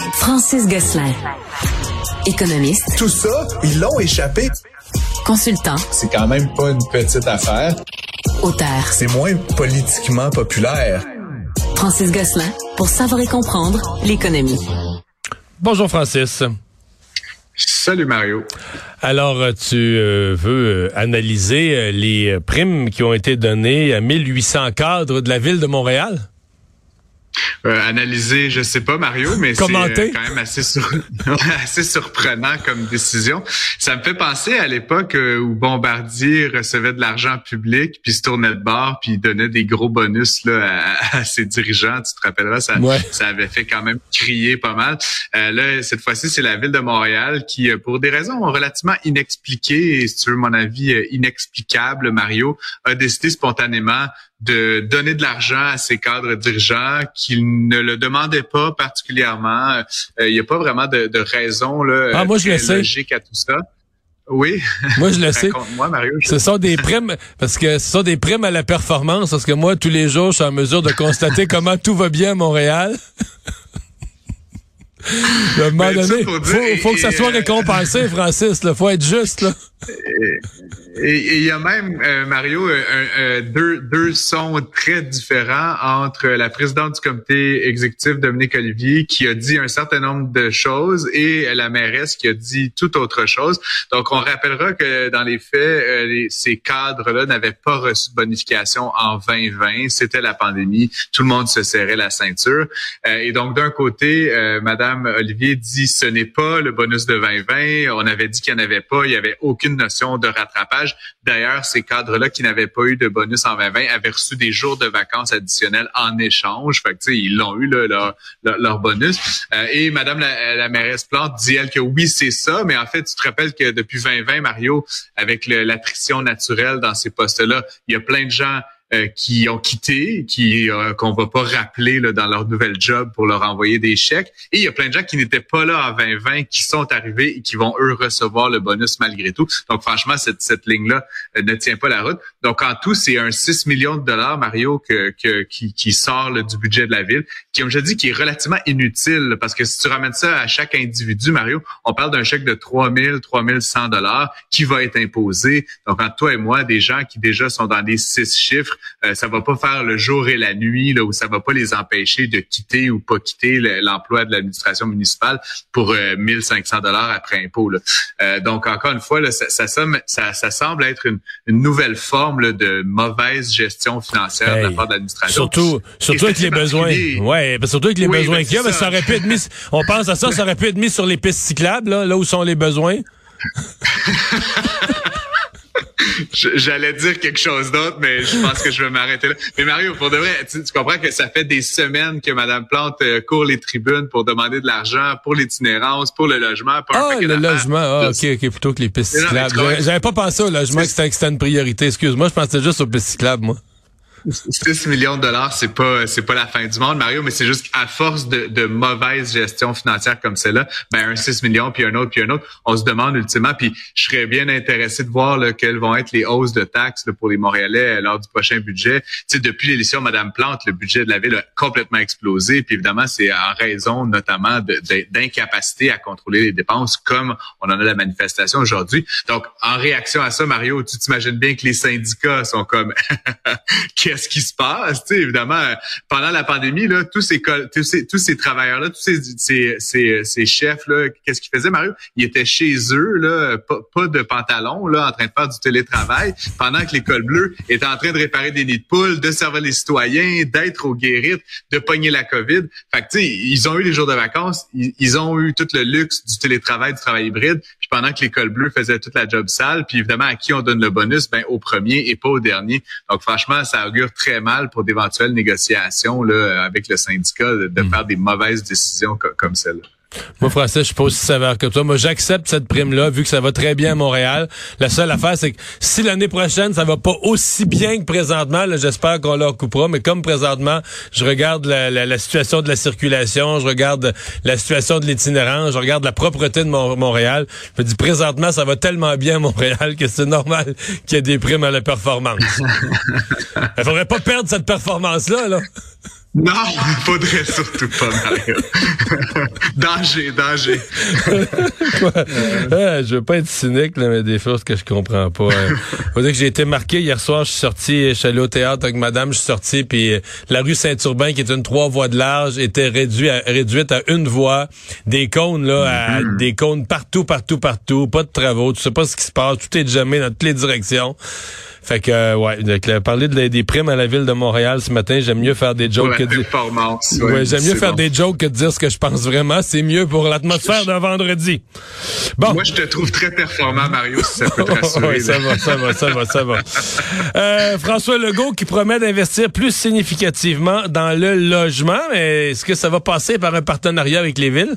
Francis Gosselin. Économiste. Tout ça, ils l'ont échappé. Consultant. C'est quand même pas une petite affaire. Auteur. C'est moins politiquement populaire. Francis Gosselin, pour savoir et comprendre l'économie. Bonjour Francis. Salut Mario. Alors, tu veux analyser les primes qui ont été données à 1800 cadres de la ville de Montréal? Analyser, je sais pas Mario, mais c'est quand même assez surprenant comme décision. Ça me fait penser à l'époque où Bombardier recevait de l'argent public, puis se tournait de bord, puis il donnait des gros bonus là à ses dirigeants. Tu te rappelleras, ça avait fait quand même crier pas mal. Là, cette fois-ci, c'est la ville de Montréal qui, pour des raisons relativement inexpliquées, et si tu veux mon avis inexplicable, Mario, a décidé spontanément de donner de l'argent à ses cadres dirigeants qui ne le demandaient pas particulièrement. Il n'y a pas vraiment de raison là, moi, je le sais. Logique à tout ça. Oui. Moi, je le sais. Raconte-moi, Mario. Ce sont des primes, parce que ce sont des primes à la performance, parce que moi, tous les jours, je suis en mesure de constater comment tout va bien à Montréal. À un moment donné, faut que ça soit récompensé, Francis. Il faut être juste, là. Et il y a même, Mario, deux sons très différents entre la présidente du comité exécutif, Dominique Olivier, qui a dit un certain nombre de choses, et la mairesse qui a dit tout autre chose. Donc, on rappellera que dans les faits, ces cadres-là n'avaient pas reçu de bonification en 2020. C'était la pandémie. Tout le monde se serrait la ceinture. Et donc, d'un côté, Madame Olivier dit ce n'est pas le bonus de 2020. On avait dit qu'il n'y en avait pas. Il n'y avait aucune notion de rattrapage. D'ailleurs, ces cadres-là qui n'avaient pas eu de bonus en 2020 avaient reçu des jours de vacances additionnels en échange. Fait que, tu sais, ils l'ont eu, là, leur bonus. Et Madame la mairesse Plante dit, elle, que oui, c'est ça. Mais en fait, tu te rappelles que depuis 2020, Mario, avec l'attrition naturelle dans ces postes-là, il y a plein de gens qui ont quitté, qu'on va pas rappeler là, dans leur nouvel job pour leur envoyer des chèques. Et il y a plein de gens qui n'étaient pas là en 2020, qui sont arrivés et qui vont, eux, recevoir le bonus malgré tout. Donc, franchement, cette ligne-là ne tient pas la route. Donc, en tout, c'est un 6 millions de dollars, Mario, qui sort là, du budget de la ville, qui, comme je dis, qui est relativement inutile, parce que si tu ramènes ça à chaque individu, Mario, on parle d'un chèque de 3100 dollars qui va être imposé. Donc, entre toi et moi, des gens qui déjà sont dans les 6 chiffres, ça va pas faire le jour et la nuit, là, où ça va pas les empêcher de quitter ou pas quitter l'emploi de l'administration municipale pour 1500 dollars après impôt. Là. Donc, encore une fois, là, ça semble être une nouvelle forme là, de mauvaise gestion financière de la part de l'administration. Surtout avec les besoins. Ouais, surtout avec les besoins qu'il y a, mais ça aurait pu être mis. On pense à ça aurait pu être mis sur les pistes cyclables, là où sont les besoins. J'allais dire quelque chose d'autre, mais je pense que je vais m'arrêter là. Mais Mario, pour de vrai, tu comprends que ça fait des semaines que Mme Plante court les tribunes pour demander de l'argent pour l'itinérance, pour le logement. Le logement, OK, plutôt que les pistes cyclables. J'avais pas pensé au logement que c'était une priorité. Excuse-moi, je pensais juste aux pistes cyclables, moi. 6 millions de dollars, c'est pas la fin du monde, Mario, mais c'est juste qu'à force de mauvaise gestion financière comme celle-là, ben un 6 millions, puis un autre, on se demande ultimement, puis je serais bien intéressé de voir là, quelles vont être les hausses de taxes là, pour les Montréalais lors du prochain budget. Tu sais, depuis l'élection de Mme Plante, le budget de la ville a complètement explosé, puis évidemment, c'est en raison notamment d'incapacité à contrôler les dépenses, comme on en a la manifestation aujourd'hui. Donc, en réaction à ça, Mario, tu t'imagines bien que les syndicats sont comme qu'est-ce qui se passe? Tu sais, évidemment, pendant la pandémie, là, tous ces travailleurs-là, tous ces chefs-là, qu'est-ce qu'ils faisaient, Mario? Ils étaient chez eux, là, pas de pantalon, là, en train de faire du télétravail, pendant que l'École bleue était en train de réparer des nids de poules, de servir les citoyens, d'être au guérite, de pogner la COVID. Fait que, tu sais, ils ont eu les jours de vacances, ils ont eu tout le luxe du télétravail, du travail hybride, puis pendant que l'École bleue faisait toute la job sale, puis évidemment, à qui on donne le bonus? Ben, au premier et pas au dernier. Donc, franchement, ça augure très mal pour d'éventuelles négociations là, avec le syndicat de faire des mauvaises décisions comme celle-là. Moi, Francis, je suis pas aussi sévère que toi. Moi, j'accepte cette prime-là, vu que ça va très bien à Montréal. La seule affaire, c'est que si l'année prochaine, ça va pas aussi bien que présentement, là, j'espère qu'on leur coupera, mais comme présentement, je regarde la situation de la circulation, je regarde la situation de l'itinérance, je regarde la propreté de Montréal. Je me dis, présentement, ça va tellement bien à Montréal que c'est normal qu'il y ait des primes à la performance. Il faudrait pas perdre cette performance-là, là. Non, faudrait surtout pas, Mario. Danger. Je veux pas être cynique, là, mais des choses que je comprends pas. Faut dire que j'ai été marqué hier soir, je suis allé au théâtre avec madame, je suis sorti, puis la rue Saint-Urbain, qui est une 3 voies de large, était réduite à une voie, des cônes, là, des cônes partout, pas de travaux, tu sais pas ce qui se passe, tout est jamais dans toutes les directions. Fait que, ouais, parler des primes à la ville de Montréal ce matin, j'aime mieux faire des jokes que dire. Ouais, j'aime mieux faire des jokes que de dire ce que je pense vraiment. C'est mieux pour l'atmosphère d'un vendredi. Bon. Moi, je te trouve très performant, Mario, si ça peut te rassurer. Ouais, ça va. François Legault qui promet d'investir plus significativement dans le logement, mais est-ce que ça va passer par un partenariat avec les villes?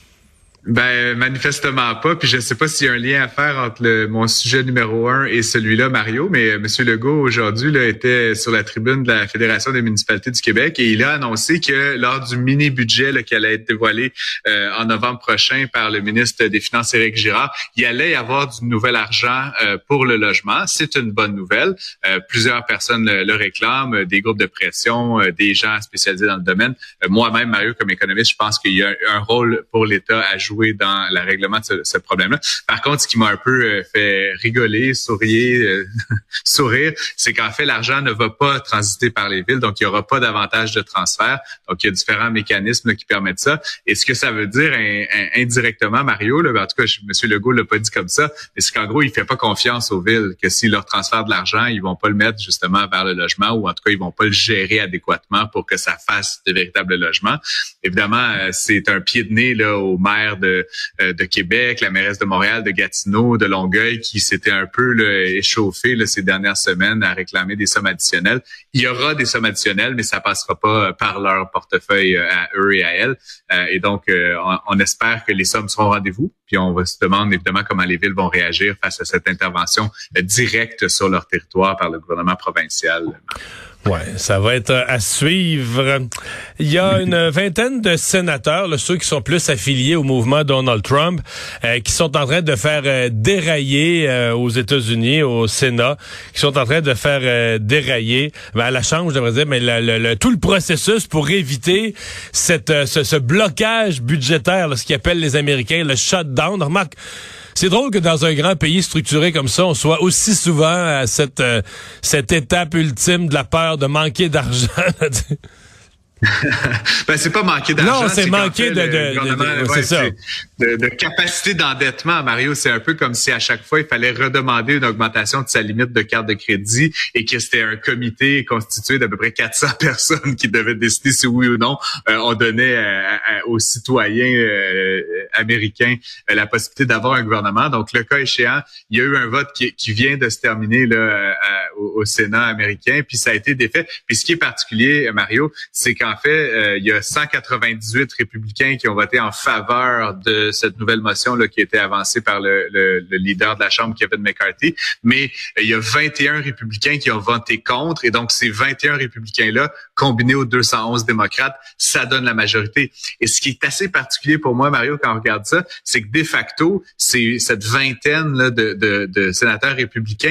Ben, manifestement pas. Puis je sais pas s'il y a un lien à faire entre mon sujet numéro 1 et celui-là, Mario, mais M. Legault, aujourd'hui, là, était sur la tribune de la Fédération des municipalités du Québec et il a annoncé que lors du mini-budget là, qui allait être dévoilé en novembre prochain par le ministre des Finances, Éric Girard, il allait y avoir du nouvel argent pour le logement. C'est une bonne nouvelle. Plusieurs personnes le réclament, des groupes de pression, des gens spécialisés dans le domaine. Moi-même, Mario, comme économiste, je pense qu'il y a un rôle pour l'État à jouer dans le règlement de ce problème-là. Par contre, ce qui m'a un peu fait rigoler, sourire, c'est qu'en fait, l'argent ne va pas transiter par les villes, donc il n'y aura pas d'avantage de transfert. Donc, il y a différents mécanismes là, qui permettent ça. Et ce que ça veut dire indirectement, Mario, là, en tout cas, M. Legault l'a pas dit comme ça, mais c'est qu'en gros, il fait pas confiance aux villes, que s'ils leur transfèrent de l'argent, ils vont pas le mettre justement vers le logement ou en tout cas, ils vont pas le gérer adéquatement pour que ça fasse de véritables logements. Évidemment, c'est un pied de nez là aux maires de Québec, la mairesse de Montréal, de Gatineau, de Longueuil, qui s'était un peu là, échauffé là, ces dernières semaines à réclamer des sommes additionnelles. Il y aura des sommes additionnelles, mais ça passera pas par leur portefeuille à eux et à elles. Et donc, on espère que les sommes seront au rendez-vous. Puis on va se demander évidemment comment les villes vont réagir face à cette intervention directe sur leur territoire par le gouvernement provincial. Ouais, ça va être à suivre. Il y a une vingtaine de sénateurs, là, ceux qui sont plus affiliés au mouvement Donald Trump, qui sont en train de faire dérailler aux États-Unis, au Sénat, qui sont en train de faire dérailler à la Chambre, j'aimerais dire, mais tout le processus pour éviter ce blocage budgétaire, là, ce qu'ils appellent les Américains le shutdown. Remarque, c'est drôle que dans un grand pays structuré comme ça, on soit aussi souvent à cette étape ultime de la peur de manquer d'argent. Ben, c'est pas manquer d'argent. Non, c'est manquer de capacité d'endettement, Mario. C'est un peu comme si à chaque fois, il fallait redemander une augmentation de sa limite de carte de crédit et que c'était un comité constitué d'à peu près 400 personnes qui devaient décider si oui ou non on donnait aux citoyens américains la possibilité d'avoir un gouvernement. Donc, le cas échéant, il y a eu un vote qui vient de se terminer là, au Sénat américain, puis ça a été défait. Puis ce qui est particulier, Mario, c'est qu'en fait, il y a 198 républicains qui ont voté en faveur de cette nouvelle motion là, qui a été avancée par le leader de la Chambre, Kevin McCarthy, mais il y a 21 républicains qui ont voté contre, et donc ces 21 républicains-là, combinés aux 211 démocrates, ça donne la majorité. Et ce qui est assez particulier pour moi, Mario, quand on regarde ça, c'est que de facto, c'est cette vingtaine là, de sénateurs républicains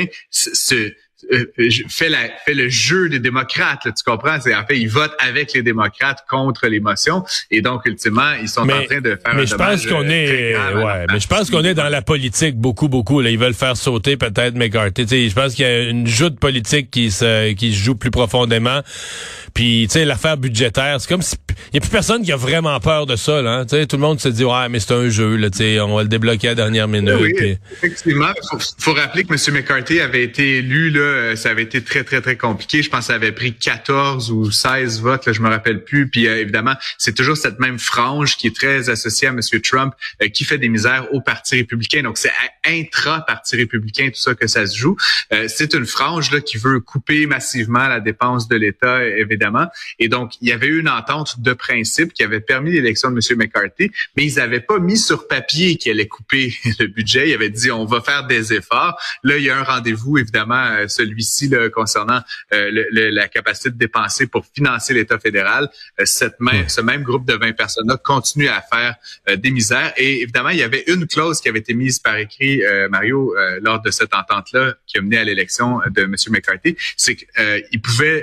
fait le jeu des démocrates, là, tu comprends? C'est en fait, ils votent avec les démocrates contre les motions, et donc ultimement, ils sont en train de faire un dommage. Mais je pense qu'on est dans la politique beaucoup là, ils veulent faire sauter peut-être McCarthy. Je pense qu'il y a une joute politique qui se joue plus profondément. Puis, tu sais, l'affaire budgétaire, c'est comme si il y a plus personne qui a vraiment peur de ça, là. Hein? Tu sais, tout le monde se dit ouais, mais c'est un jeu, là. Tu sais, on va le débloquer à la dernière minute. Oui, effectivement. Faut rappeler que M. McCarthy avait été élu là, ça avait été très très très compliqué. Je pense que ça avait pris 14 ou 16 votes, là, je me rappelle plus. Puis évidemment, c'est toujours cette même frange qui est très associée à M. Trump, qui fait des misères au Parti républicain. Donc c'est intra-Parti républicain tout ça que ça se joue. C'est une frange là qui veut couper massivement la dépense de l'État, évidemment. Et donc, il y avait eu une entente de principe qui avait permis l'élection de M. McCarthy, mais ils n'avaient pas mis sur papier qu'ils allaient couper le budget. Ils avaient dit, on va faire des efforts. Là, il y a un rendez-vous, évidemment, celui-ci là, concernant la capacité de dépenser pour financer l'État fédéral. Ce même groupe de 20 personnes-là continue à faire des misères. Et évidemment, il y avait une clause qui avait été mise par écrit, Mario, lors de cette entente-là qui a mené à l'élection de M. McCarthy, c'est qu'il pouvait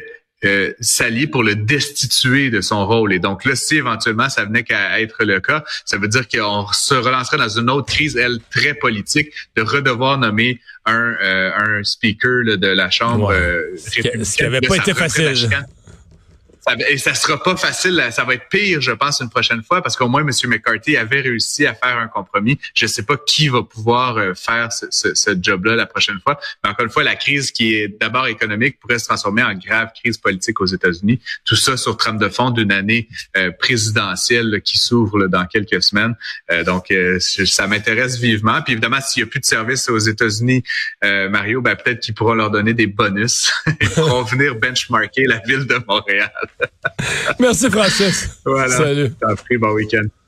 s'allier pour le destituer de son rôle. Et donc là, si éventuellement ça venait qu'à être le cas, ça veut dire qu'on se relancerait dans une autre crise, elle, très politique, de redevoir nommer un speaker là, de la Chambre républicaine. Ce qui n'avait pas été facile. Et ça sera pas facile, ça va être pire, je pense, une prochaine fois, parce qu'au moins, M. McCarthy avait réussi à faire un compromis. Je sais pas qui va pouvoir faire ce job-là la prochaine fois. Mais encore une fois, la crise qui est d'abord économique pourrait se transformer en grave crise politique aux États-Unis. Tout ça sur trame de fond d'une année présidentielle là, qui s'ouvre là, dans quelques semaines. Donc, ça m'intéresse vivement. Puis évidemment, s'il y a plus de services aux États-Unis, Mario, ben peut-être qu'ils pourront leur donner des bonus. Ils pourront venir benchmarker la ville de Montréal. Merci, Francis. Voilà. Salut. T'as pris, bon week-end.